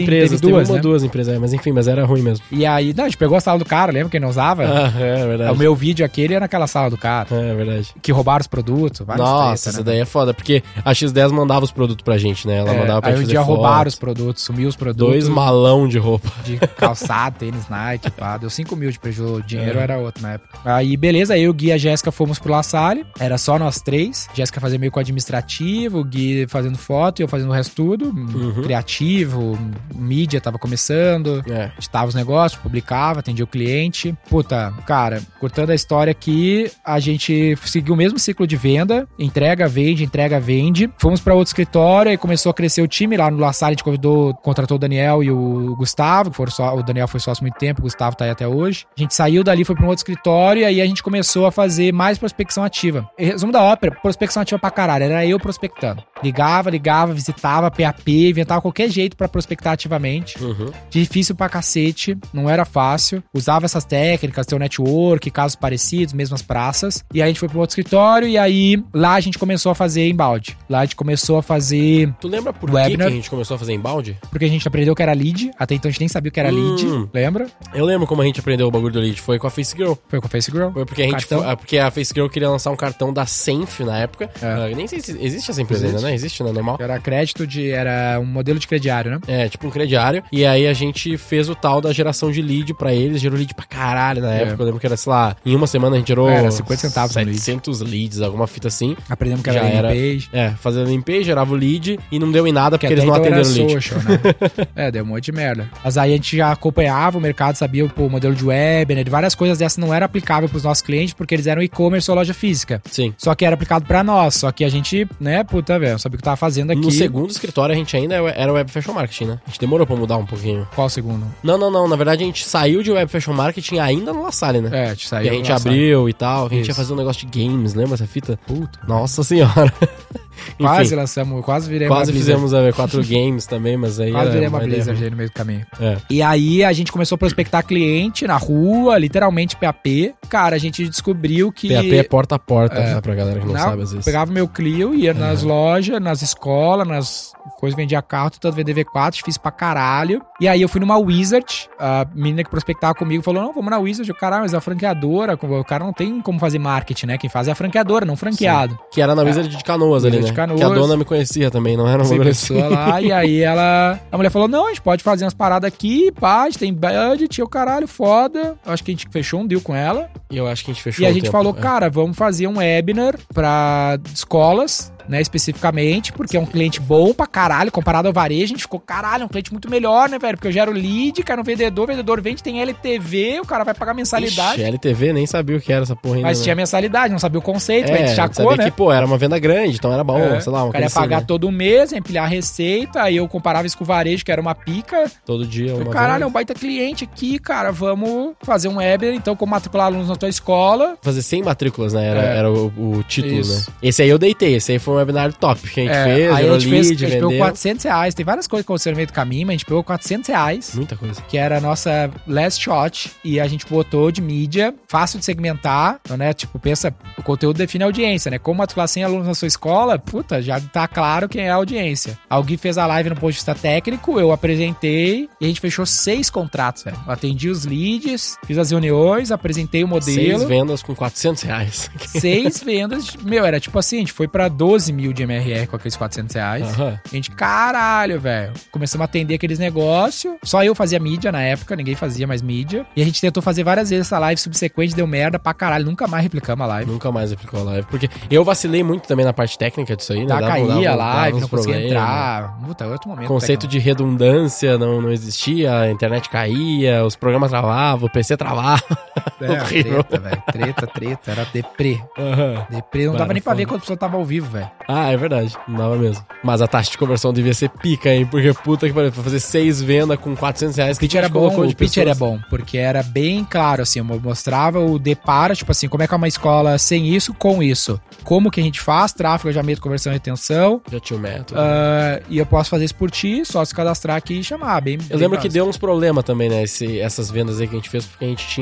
empresas, teve duas, teve uma né? duas empresas, é, mas enfim, mas era ruim mesmo. E aí, não, a gente pegou a sala do cara, lembra que não usava? Ah, é verdade. O meu vídeo aquele era naquela sala do cara. É verdade. Que roubaram os produtos, várias Nossa, treta, isso né? daí é foda, porque a X dez mandava os produtos pra gente, né? Ela É, mandava pra aí gente um fazer dia foto. roubaram os produtos, sumiu os produtos. Dois malão de roupa. De calçado, tênis, Nike, pá. Deu cinco mil de prejuízo, o dinheiro É. era outro na época. Aí, beleza, eu, o Gui e a Jéssica fomos pro La Salle, era só nós três. Jéssica fazia meio com administrativo, o Gui fazendo foto e eu fazendo o resto tudo. Uhum. Criativo, mídia tava começando, É. editava os negócios, publicava, atendia o cliente. Puta, cara, cortando a história aqui, a gente seguiu o mesmo ciclo de venda, entrega, vende, entrega, vende. Fomos pra outro escritório e começou a crescer o time. Lá no La Salle a gente convidou, contratou o Daniel e o Gustavo, que foram só, o Daniel foi sócio há muito tempo, o Gustavo tá aí até hoje. A gente saiu dali, foi pra um outro escritório e aí a gente começou a fazer mais prospecção ativa. Em resumo da ópera, prospecção ativa pra caralho, era eu prospectando. Ligava, ligava, visitava, P A P, inventava qualquer jeito pra prospectar ativamente. Uhum. Difícil pra cacete, não era fácil. Usava essas técnicas, teu network, casos parecidos, mesmas praças. E aí a gente foi pro outro escritório e aí lá a gente começou a fazer embalde. Lá a gente começou a fazer... Tu lembra por que, Webinar. que a gente começou a fazer embalde? Porque a gente aprendeu que era lead. Até então a gente nem sabia o que era Hum. lead, lembra? Eu lembro como a gente aprendeu o bagulho do lead. Foi com a Face Girl. Foi com o Face Girl. Foi porque a gente Cartão. foi- porque a Face Girl queria lançar um cartão da Senf na época. É. Ah, nem sei se existe essa empresa Existe. ainda, né? Existe, né? Normal. Era crédito de... Era um modelo de crediário, né? É, tipo um crediário. E aí a gente fez o tal da geração de lead pra eles. Gerou lead pra caralho na É. época. Eu lembro que era, sei lá, em uma semana a gente gerou... É, era cinquenta centavos no lead. setecentos leads, alguma fita assim. Aprendemos que Já era era. landing page. É, fazia landing page, gerava o lead e não deu em nada porque Que eles até não então era atenderam o lead. social, né? É, deu um monte de merda. Mas aí a gente já acompanhava o mercado, sabia pô, o modelo de web, né? De várias coisas dessas não era aplicável pros nossos clientes porque eles eram e-commerce ou loja física. Sim. Só que era aplicado pra nós. Só que a gente, né, puta, velho, sabia o que tava fazendo aqui. No segundo escritório a gente ainda era Web Fashion Marketing, né? A gente demorou pra mudar um pouquinho. Qual o segundo? Não, não, não. Na verdade a gente saiu de Web Fashion Marketing ainda no La Salle, né? É, a gente saiu. E a gente lá, abriu e tal. A gente Isso. ia fazer um negócio de games, lembra essa fita? Puta. Nossa senhora. Quase Enfim, lançamos, quase viremos quase a Blizzard. fizemos a V quatro Games também, mas aí Quase era viremos a uma ideia Blizzard ruim. aí no meio do caminho. É. E aí a gente começou a prospectar cliente na rua, literalmente P A P. Cara, a gente descobriu que... P A P é porta a porta, É. tá? Pra galera que não, Não, sabe às vezes. Pegava meu Clio, ia nas lojas, nas escolas, nas coisas, vendia carro, tentando vender V quatro, difícil pra caralho. E aí eu fui numa Wizard, a menina que prospectava comigo falou, não, vamos na Wizard. Eu, caralho, mas é a franqueadora, o cara não tem como fazer marketing, né? Quem faz é a franqueadora, não franqueado. Que era na Wizard de Canoas ali, né? Wizard de Canoas. Que a dona me conhecia também, não era uma Sem bagulho assim. pessoa lá, e aí ela... A mulher falou, não, a gente pode fazer umas paradas aqui, pá, a gente tem budget, e o caralho, foda. Acho que a gente fechou um deal com ela. E eu acho que a gente fechou E a um gente tempo, falou, é. cara, vamos fazer um webinar pra escolas, né, especificamente, porque é um cliente bom pra caralho, comparado ao varejo, a gente ficou, caralho, é um cliente muito melhor, né, velho, porque eu gero lead, cara, no vendedor, o vendedor vende, tem L T V, o cara vai pagar mensalidade, Ixi, L T V, nem sabia o que era essa porra ainda. mas né? tinha mensalidade, não sabia o conceito, É, a gente chacou, sabia né? que, pô, era uma venda grande, então era bom, É, sei lá, uma o cara ia coisa assim, pagar né? todo mês, empilhar a receita, aí eu comparava isso com o varejo, que era uma pica. Todo dia uma Falei, caralho, é venda. um baita cliente aqui, cara, vamos fazer um webinar, então, como matricular alunos na tua escola. Fazer cem matrículas, né? Era, É. era o, o título, Isso. né? Esse aí eu deitei, esse aí foi um webinar top que a gente É, fez, aí gerou a gente, fez, lead, a gente pegou vendeu. quatrocentos reais, tem várias coisas que aconteceram no meio do caminho, mas a gente pegou quatrocentos reais, Muita coisa. que era a nossa last shot, e a gente botou de mídia, fácil de segmentar, então, né, tipo, pensa, o conteúdo define a audiência, né, como matricular cem alunos na sua escola, puta, já tá claro quem é a audiência. Alguém fez a live no ponto de vista técnico, eu apresentei, e a gente fechou seis contratos, velho. Eu atendi os leads, fiz as reuniões, apresentei o modelo. Seis vendas com quatrocentos reais. Seis vendas, meu, era tipo assim, a gente foi pra doze mil de M R R com aqueles quatrocentos reais. Aham. A gente, caralho, velho. Começamos a atender aqueles negócios. Só eu fazia mídia na época, ninguém fazia mais mídia. E a gente tentou fazer várias vezes essa live subsequente, deu merda pra caralho. Nunca mais replicamos a live. Nunca mais aplicou a live. Porque eu vacilei muito também na parte técnica disso aí, né? Tá, Dava- caía dava- a dava live, uns não conseguia problemas. entrar. Puta, outro momento. Conceito de redundância não, não existia, a internet caía, os programas travavam, o P C travava. É, Horrível. treta, velho. Treta, treta. Era deprê. Aham. Deprê. Não Cara, dava nem pra foda. ver quando a pessoa tava ao vivo, velho. Ah, é verdade. Não dava mesmo. Mas a taxa de conversão devia ser pica, hein? Porque puta que pariu, pra fazer seis vendas com quatrocentos reais. O pitch era bom, o pitch era bom, porque era bem claro, assim, eu mostrava o depara, tipo assim, como é que é uma escola sem isso, com isso. Como que a gente faz, tráfego, já medo, conversão e retenção, Já tinha o método. ah, e eu posso fazer isso por ti, só se cadastrar aqui e chamar, bem Eu lembro que deu uns problemas também, né? Esse, essas vendas aí que a gente fez, porque a gente tinha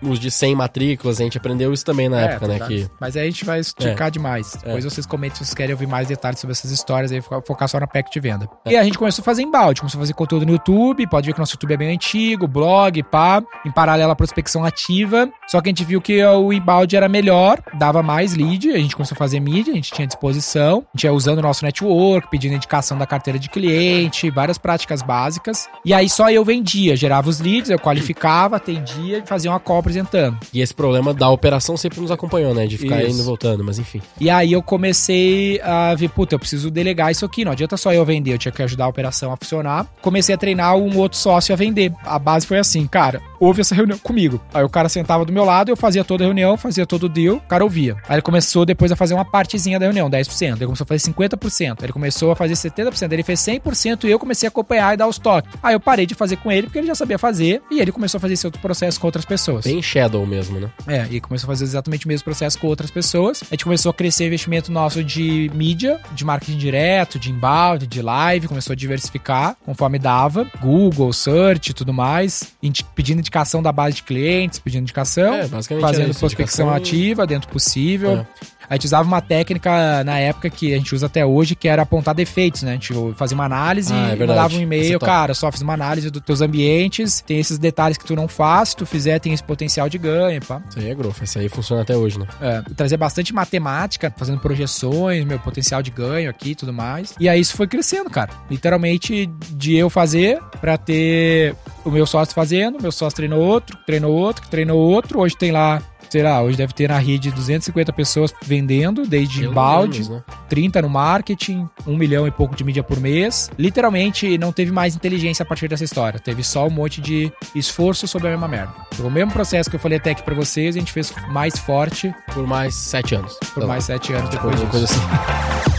os de cem matrículas, a gente aprendeu isso também na É, época, né? tá. Que... Mas aí a gente vai esticar demais. Depois vocês comentem se vocês querem ouvir mais detalhes sobre essas histórias, aí fo- focar só na pack de venda. E a gente começou a fazer embalde, começou a fazer conteúdo no YouTube, pode ver que o nosso YouTube é bem antigo, blog, pá, em paralelo à prospecção ativa, só que a gente viu que o embalde era melhor, dava mais lead, a gente começou a fazer mídia, a gente tinha disposição, a gente ia usando o nosso network, pedindo indicação da carteira de cliente, várias práticas básicas, e aí só eu vendia, gerava os leads, eu qualificava, atendia e fazia uma call apresentando. E esse problema da operação sempre nos acompanhou, né? De ficar Isso. indo e voltando, mas enfim. E aí eu comecei a ver, puta, eu preciso delegar isso aqui, não adianta só eu vender, eu tinha que ajudar a operação a funcionar. Comecei a treinar um outro sócio a vender. A base foi assim, cara, houve essa reunião comigo. Aí o cara sentava do meu lado, eu fazia toda a reunião, fazia todo o deal, o cara ouvia. Aí ele começou depois a fazer uma partezinha da reunião, dez por cento. Ele começou a fazer cinquenta por cento. Aí ele começou a fazer setenta por cento. Ele fez cem por cento e eu comecei a acompanhar e dar os toques. Aí eu parei de fazer com ele porque ele já sabia fazer e ele começou a fazer esse outro processo com outras pessoas. Bem shadow mesmo, né? É, e começou a fazer exatamente o mesmo processo com outras pessoas. A gente começou a crescer o investimento nosso de mídia, de marketing direto, de inbound, de live, começou a diversificar conforme dava. Google, search e tudo mais. Indi- pedindo indicação da base de clientes, pedindo indicação. É, basicamente era fazendo isso, prospecção indicação e- ativa dentro do possível. É. A gente usava uma técnica na época que a gente usa até hoje, que era apontar defeitos, né? A gente fazia uma análise Ah, é e verdade. mandava um Esse é e-mail, top. cara, só fiz uma análise dos teus ambientes, tem esses detalhes que tu não faz, se tu fizer tem esse potencial de ganho, pá. Isso aí é growth, isso aí funciona até hoje, né? É, trazer bastante matemática, fazendo projeções, meu potencial de ganho aqui e tudo mais. E aí isso foi crescendo, cara. Literalmente de eu fazer pra ter o meu sócio fazendo, meu sócio treinou outro, treinou outro, treinou outro. Hoje tem lá, sei lá, hoje deve ter na rede duzentas e cinquenta pessoas vendendo, desde Pelo inbound, menos, né? trinta no marketing, um milhão e pouco de mídia por mês. Literalmente não teve mais inteligência a partir dessa história. Teve só um monte de esforço sobre a mesma merda. Foi o mesmo processo que eu falei até aqui pra vocês, a gente fez mais forte Por mais sete anos. por mais sete anos depois Alguma coisa disso. assim.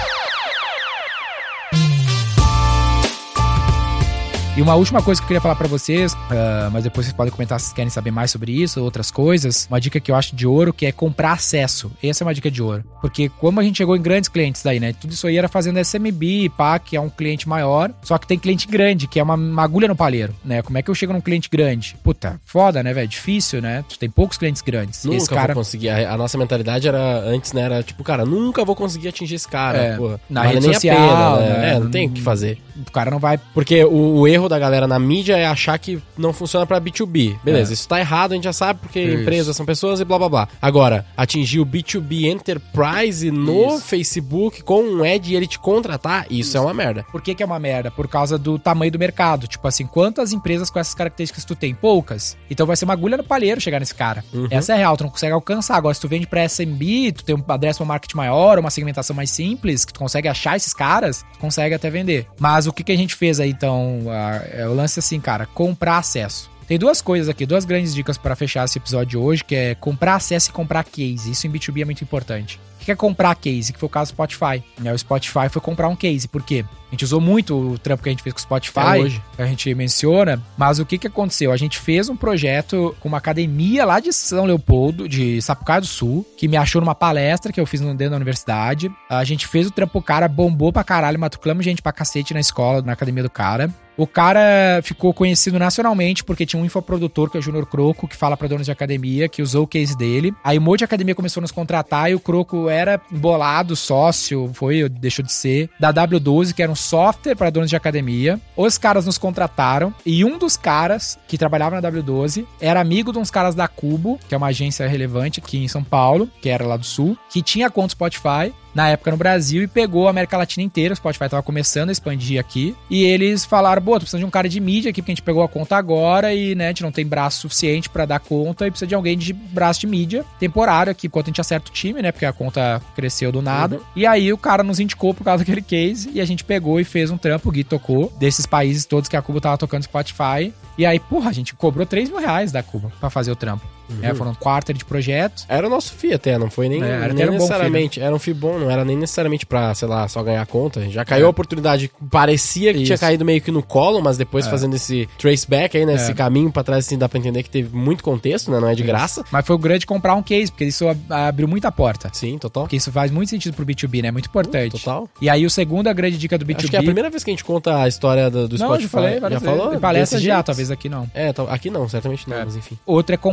E uma última coisa que eu queria falar pra vocês, uh, mas depois vocês podem comentar se vocês querem saber mais sobre isso, outras coisas. Uma dica que eu acho de ouro, que é comprar acesso. Essa é uma dica de ouro. Porque como a gente chegou em grandes clientes daí, né? Tudo isso aí era fazendo S M B, pá, que é um cliente maior. Só que tem cliente grande, que é uma, uma agulha no palheiro, né? Como é que eu chego num cliente grande? Puta, foda, né, velho? Difícil, né? Tu tem poucos clientes grandes. Nunca Esse cara... vou conseguir. A, a nossa mentalidade era, antes, né? Era tipo, cara, nunca vou conseguir atingir esse cara. É, Porra. na Vale rede nem social, a pena, né? né? É, não tem o que fazer. O cara não vai... Porque o, o erro da galera na mídia é achar que não funciona pra B dois B. Beleza, É. isso tá errado, a gente já sabe, porque Isso. empresas são pessoas e blá blá blá. Agora, atingir o B dois B Enterprise no Isso. Facebook com um ad e ele te contratar, isso, isso. é uma merda. Por que que é uma merda? Por causa do tamanho do mercado. Tipo assim, quantas empresas com essas características tu tem? Poucas. Então vai ser uma agulha no palheiro chegar nesse cara. Uhum. Essa é real, tu não consegue alcançar. Agora, se tu vende pra S M B, tu tem um adresse pra marketing maior, uma segmentação mais simples, que tu consegue achar esses caras, tu consegue até vender. Mas o que que a gente fez aí, então? A, é o lance assim, cara, comprar acesso. Tem duas coisas aqui, duas grandes dicas pra fechar esse episódio de hoje, que é comprar acesso e comprar case. Isso em B dois B é muito importante. O que é comprar case? Que foi o caso do Spotify. O Spotify foi comprar um case. Por quê? A gente usou muito o trampo que a gente fez com o Spotify, Até hoje. que a gente menciona, mas o que que aconteceu? A gente fez um projeto com uma academia lá de São Leopoldo, de Sapucaia do Sul, que me achou numa palestra que eu fiz dentro da universidade. A gente fez o trampo, o cara bombou pra caralho, matriculamos gente pra cacete na escola, na academia do cara. O cara ficou conhecido nacionalmente porque tinha um infoprodutor, que é o Júnior Croco, que fala pra donos de academia, que usou o case dele. Aí um monte de academia começou a nos contratar e o Croco era embolado, sócio, foi, deixou de ser, da W doze, que era um software para donos de academia. Os caras nos contrataram e um dos caras que trabalhava na W doze era amigo de uns caras da Cubo, que é uma agência relevante aqui em São Paulo, que era lá do Sul, que tinha conta Spotify na época no Brasil e pegou a América Latina inteira. O Spotify tava começando a expandir aqui. E eles falaram, pô, tô precisando de um cara de mídia aqui, porque a gente pegou a conta agora e, né, a gente não tem braço suficiente pra dar conta e precisa de alguém de braço de mídia temporário aqui, enquanto a gente acerta o time, né, porque a conta cresceu do nada. Uhum. E aí o cara nos indicou por causa daquele case e a gente pegou e fez um trampo, o Gui tocou, desses países todos que a Cuba tava tocando Spotify. E aí, porra, a gente cobrou três mil reais da Cuba pra fazer o trampo. Uhum. É, foram um quarter de projeto. Era o nosso F I I até, não foi nem, é, era nem um necessariamente. Era um F I I bom, não era nem necessariamente pra, sei lá, só ganhar conta. Já caiu é. a oportunidade, parecia que Isso. tinha caído meio que no colo, mas depois é. fazendo esse traceback aí, né, é. esse caminho pra trás, assim, dá pra entender que teve muito contexto, né, não é de isso. graça. Mas foi o grande comprar um case, porque isso abriu muita porta. Sim, total. Porque isso faz muito sentido pro B dois B, né, muito importante. Uh, total. E aí, o segundo, a grande dica do B dois B... Acho que é a primeira vez que a gente conta a história do, do não, Spotify. Já falei, já falou? Em palestra já, talvez aqui não. É, aqui não, certamente não, é. mas enfim. Outro é comprar acesso.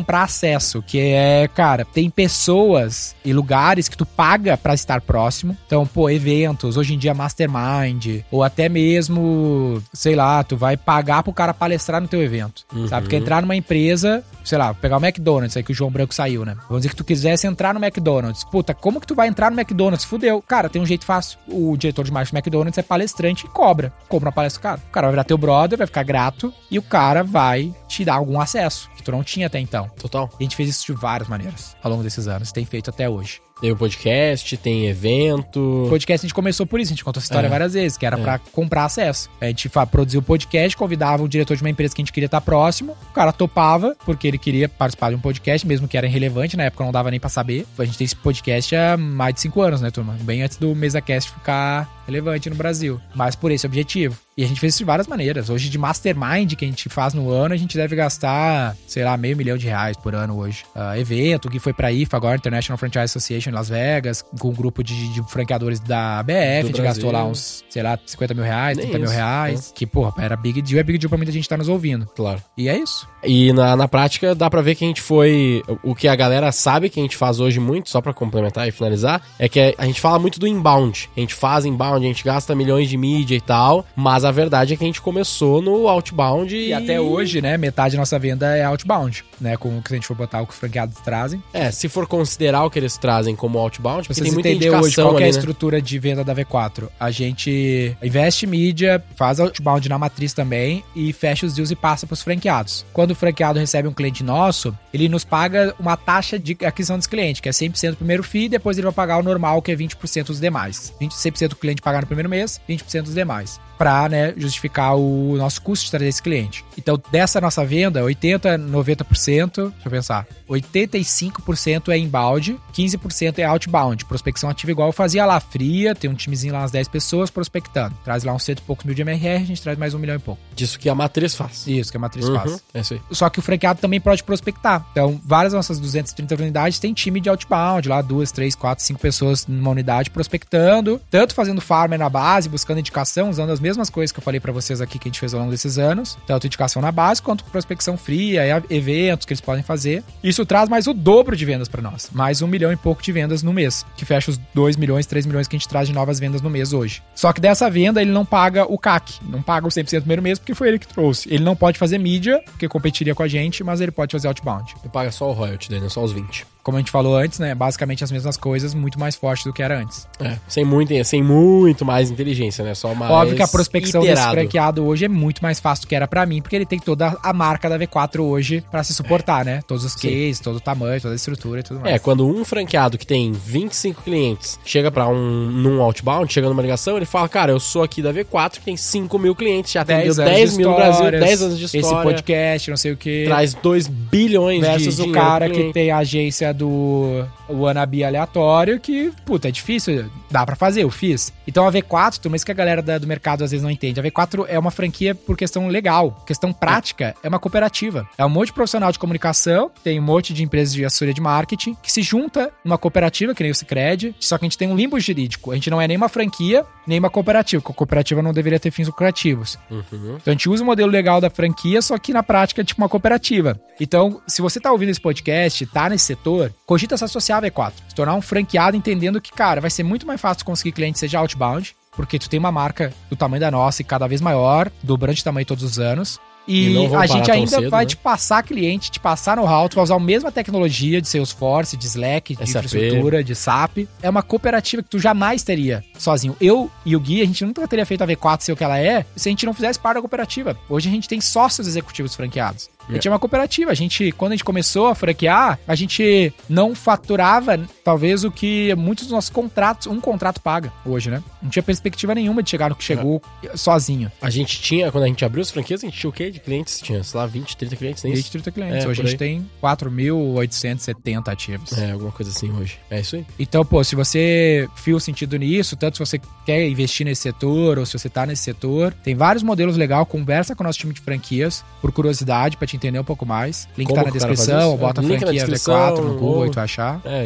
acesso, que é, cara, tem pessoas e lugares que tu paga pra estar próximo. Então, pô, eventos, hoje em dia mastermind, ou até mesmo, sei lá, tu vai pagar pro cara palestrar no teu evento, uhum. sabe? Tu quer entrar numa empresa, sei lá, pegar o McDonald's, aí que o João Branco saiu, né? Vamos dizer que tu quisesse entrar no McDonald's. Puta, como que tu vai entrar no McDonald's? Fudeu. Cara, tem um jeito fácil. O diretor de marketing do McDonald's é palestrante e cobra. Cobra uma palestra do cara. O cara vai virar teu brother, vai ficar grato e o cara vai te dar algum acesso que tu não tinha até então. Total. E a gente fez isso de várias maneiras ao longo desses anos. Tem feito até hoje. Tem o podcast, tem evento. O podcast a gente começou por isso, a gente contou essa história é. várias vezes, que era é. pra comprar acesso. A gente produziu o podcast, convidava o diretor de uma empresa que a gente queria estar próximo, o cara topava, porque ele queria participar de um podcast, mesmo que era irrelevante, na época não dava nem pra saber. A gente tem esse podcast há mais de cinco anos, né, turma? Bem antes do MesaCast ficar relevante no Brasil. Mas por esse objetivo. E a gente fez isso de várias maneiras. Hoje, de mastermind que a gente faz no ano, a gente deve gastar, sei lá, meio milhão de reais por ano hoje. Uh, evento que foi pra I F A agora, International Franchise Association em Las Vegas, com um grupo de, de franqueadores da B F, a gente gastou lá uns, sei lá, cinquenta mil reais, trinta mil reais. É. Que, porra, era big deal, é big deal pra muita gente que tá nos ouvindo. Claro. E é isso. E na, na prática, dá pra ver que a gente foi... O que a galera sabe que a gente faz hoje muito, só pra complementar e finalizar, é que a gente fala muito do inbound. A gente faz inbound, a gente gasta milhões de mídia e tal, mas a verdade é que a gente começou no outbound e... E até hoje, né, metade da nossa venda é outbound, né, com o que a gente for botar o que os franqueados trazem. É, se for considerar o que eles trazem como outbound, porque vocês tem muita indicação hoje qual ali, é a né? estrutura de venda da V quatro. A gente investe em mídia, faz outbound na matriz também e fecha os deals e passa pros franqueados. Quando o franqueado recebe um cliente nosso, ele nos paga uma taxa de aquisição desse cliente, que é cem por cento do primeiro fee, depois ele vai pagar o normal, que é vinte por cento dos demais. cem por cento do cliente pagar no primeiro mês, vinte por cento dos demais. Pra, né, justificar o nosso custo de trazer esse cliente. Então, dessa nossa venda, oitenta, noventa por cento, deixa eu pensar, oitenta e cinco por cento é inbound, quinze por cento é outbound, prospecção ativa igual eu fazia lá, fria, tem um timezinho lá, umas dez pessoas prospectando. Traz lá uns cento e poucos mil de M R R, a gente traz mais um milhão e pouco. Disso que a matriz faz. Isso, que a matriz uhum, faz. É isso aí. Só que o franqueado também pode prospectar. Então, várias das nossas duzentas e trinta unidades tem time de outbound, lá duas, três, quatro, cinco pessoas numa unidade prospectando, tanto fazendo farmer na base, buscando indicação, usando as mesmas coisas que eu falei pra vocês aqui que a gente fez ao longo desses anos, tanto indicação na base quanto prospecção fria, eventos que eles podem fazer. Isso traz mais o dobro de vendas pra nós, mais um milhão e pouco de vendas no mês, que fecha os dois milhões, três milhões que a gente traz de novas vendas no mês hoje. Só que dessa venda ele não paga o C A C, não paga o cem por cento do primeiro mês porque foi ele que trouxe. Ele não pode fazer mídia, porque competiria com a gente, mas ele pode fazer outbound. Ele paga só o royalty daí, né? Só os vinte. Como a gente falou antes, né? Basicamente as mesmas coisas, muito mais forte do que era antes. É, sem muito, sem muito mais inteligência, né? Só mais óbvio que a prospecção iterado. desse franqueado hoje é muito mais fácil do que era pra mim, porque ele tem toda a marca da V quatro hoje pra se suportar, é. né? Todos os cases, todo o tamanho, toda a estrutura e tudo mais. É, quando um franqueado que tem vinte e cinco clientes chega pra um num outbound, chega numa ligação, ele fala, cara, eu sou aqui da V quatro, que tem cinco mil clientes, já atendeu dez mil no Brasil, dez anos de história. Esse podcast, não sei o que. Traz dois bilhões de versus dinheiro. O cara que tem a agência do wannabe aleatório, que, puta, é difícil, dá pra fazer, eu fiz. Então a V quatro, mas isso que a galera da, do mercado às vezes não entende, a V quatro é uma franquia por questão legal, questão prática, é uma cooperativa. É um monte de profissional de comunicação, tem um monte de empresas de assessoria de marketing, que se junta numa cooperativa, que nem o Sicredi, só que a gente tem um limbo jurídico, a gente não é nem uma franquia, nem uma cooperativa, porque a cooperativa não deveria ter fins lucrativos. Uhum. Então a gente usa o modelo legal da franquia, só que na prática é tipo uma cooperativa. Então, se você tá ouvindo esse podcast, tá nesse setor, cogita se associar a V quatro, se tornar um franqueado entendendo que, cara, vai ser muito mais fácil conseguir cliente seja outbound, porque tu tem uma marca do tamanho da nossa e cada vez maior, dobrando de tamanho todos os anos. E, e a gente ainda cedo, vai né? te passar cliente, te passar know-how, tu vai usar a mesma tecnologia de Salesforce, de Slack, de S A P. Infraestrutura, de S A P. É uma cooperativa que tu jamais teria sozinho. Eu e o Gui, a gente nunca teria feito a V quatro ser o que ela é se a gente não fizesse parte da cooperativa. Hoje a gente tem sócios executivos franqueados. A gente é uma cooperativa. A gente, quando a gente começou a franquear, a gente não faturava, talvez, o que muitos dos nossos contratos, um contrato paga hoje, né? Não tinha perspectiva nenhuma de chegar no que chegou é. sozinho. A gente tinha, quando a gente abriu as franquias, a gente tinha o quê de clientes? Tinha, sei lá, vinte, trinta clientes, nem isso? vinte, trinta clientes. É, hoje a gente tem quatro mil oitocentos e setenta ativos. É, alguma coisa assim hoje. É isso aí. Então, pô, se você viu sentido nisso, tanto se você quer investir nesse setor ou se você tá nesse setor, tem vários modelos legais, conversa com o nosso time de franquias, por curiosidade, pra te entender um pouco mais. Link Como tá na descrição, ou bota é, franquia V quatro no Google ou... e tu vai achar. É, Instagram,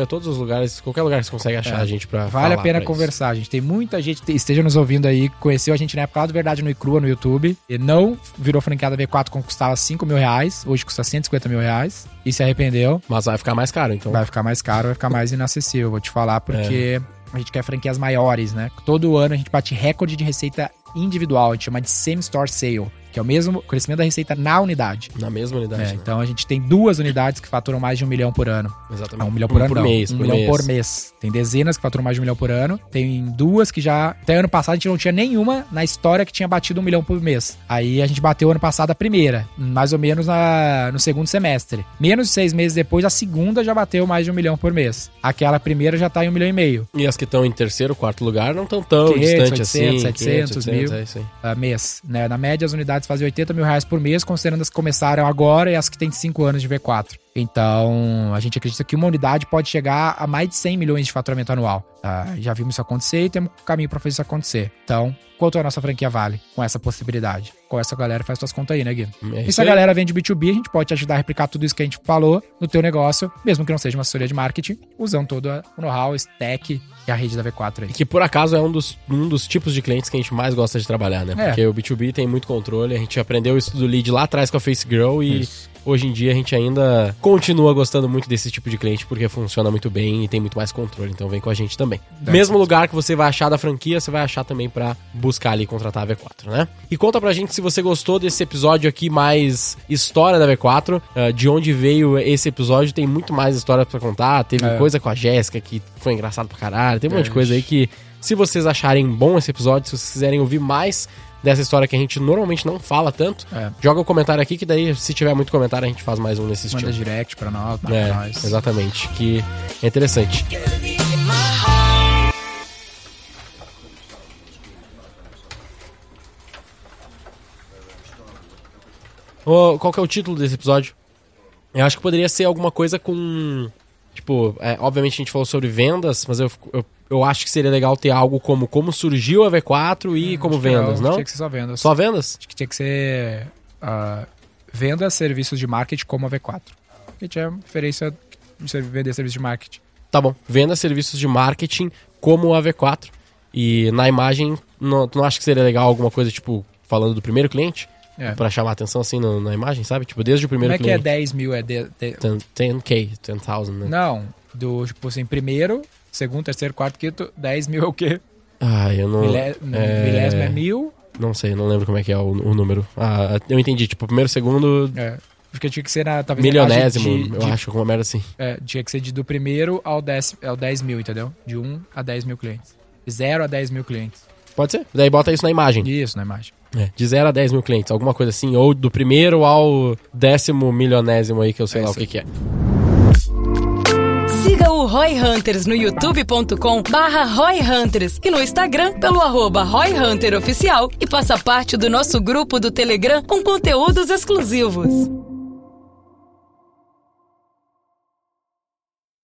todos os lugares, qualquer lugar que você consegue achar É. a gente pra Vale a falar pena pra conversar, gente. Tem muita gente que esteja nos ouvindo aí, conheceu a gente na época lá do Verdade no Crua no YouTube, e não virou franqueada V quatro quando custava cinco mil reais, hoje custa cento e cinquenta mil reais, e se arrependeu. Mas vai ficar mais caro, então. Vai ficar mais caro, vai ficar mais inacessível, vou te falar, porque a gente quer franquias maiores, né? Todo ano a gente bate recorde de receita individual, a gente chama de same-store sale, que é o mesmo crescimento da receita na unidade. Na mesma unidade. É, né? então a gente tem duas unidades que faturam mais de um milhão por ano. Exatamente. Não, um milhão por ano por não. mês. Um por milhão mês. por mês. Tem dezenas que faturam mais de um milhão por ano. Tem duas que já... Até ano passado a gente não tinha nenhuma na história que tinha batido um milhão por mês. Aí a gente bateu ano passado a primeira, mais ou menos na, no segundo semestre. Menos de seis meses depois, a segunda já bateu mais de um milhão por mês. Aquela primeira já tá em um milhão e meio. E as que estão em terceiro, quarto lugar não estão tão quinhentos, distante oitocentos, assim. setecentos, mil. É isso aí. Uh, mês, né? Na média, as unidades fazem oitenta mil reais por mês, considerando as que começaram agora e as que têm cinco anos de V quatro. Então, a gente acredita que uma unidade pode chegar a mais de cem milhões de faturamento anual. Uh, já vimos isso acontecer e temos um caminho para fazer isso acontecer. Então, quanto a nossa franquia vale com essa possibilidade? Com essa galera, faz suas contas aí, né, Gui? É E isso se a aí. galera vende B dois B, a gente pode te ajudar a replicar tudo isso que a gente falou no teu negócio, mesmo que não seja uma assessoria de marketing, usando todo o know-how, stack e a rede da V quatro aí. E que por acaso é um dos, um dos tipos de clientes que a gente mais gosta de trabalhar, né? É. Porque o B dois B tem muito controle, a gente aprendeu isso do lead lá atrás com a Face Girl e Isso. hoje em dia a gente ainda continua gostando muito desse tipo de cliente porque funciona muito bem e tem muito mais controle, então vem com a gente também. Dá Mesmo certo. lugar que você vai achar da franquia, você vai achar também pra buscar ali contratar a V quatro, né? E conta pra gente se você gostou desse episódio aqui mais história da V quatro, uh, de onde veio esse episódio, tem muito mais história pra contar, teve É. coisa com a Jéssica que foi engraçado pra caralho, tem um monte de É. coisa aí que se vocês acharem bom esse episódio, se vocês quiserem ouvir mais dessa história que a gente normalmente não fala tanto, É. joga o comentário aqui que daí, se tiver muito comentário, a gente faz mais um nesse Manda estilo. direct pra nós, manda É, pra nós. exatamente, que é interessante. Ô, qual que é o título desse episódio? Eu acho que poderia ser alguma coisa com... Tipo, é, obviamente a gente falou sobre vendas, mas eu, eu, eu acho que seria legal ter algo como como surgiu a V quatro e como Acho que vendas, não? Tinha que ser só vendas. Só vendas? Acho que tinha que ser uh, vendas, serviços de marketing como a V quatro. A gente é referência de vender serviços de marketing. Tá bom. Vendas, serviços de marketing como a V quatro. E na imagem, não, tu não acha que seria legal alguma coisa, tipo, falando do primeiro cliente? É. Pra chamar atenção assim no- na imagem, sabe? Tipo, desde o Como primeiro é que é cliente. dez mil? É de, de- dez K, dez mil, né? Não, do tipo assim, primeiro, segundo, terceiro, quarto, quinto, dez mil é o quê? Ah, eu não... Milé, é... Milésimo é mil. Não sei, não lembro como é que é o, o número. Ah, eu entendi. Tipo, primeiro, segundo... É, porque tinha que ser na, talvez Milionésimo, na imagem de- eu de- acho, alguma merda assim. É, tinha que ser de, do primeiro ao dez, ao dez mil, entendeu? De um a dez mil clientes. De zero a dez mil clientes. Pode ser? Daí bota isso na imagem. Isso, na imagem. É, de zero a dez mil clientes, alguma coisa assim. Ou do primeiro ao décimo milionésimo aí, que eu sei É lá o isso que aí. que é. Siga o Roy Hunters no youtube ponto com barra Roy Hunters e no Instagram pelo arroba Roy Hunter Oficial e faça parte do nosso grupo do Telegram com conteúdos exclusivos.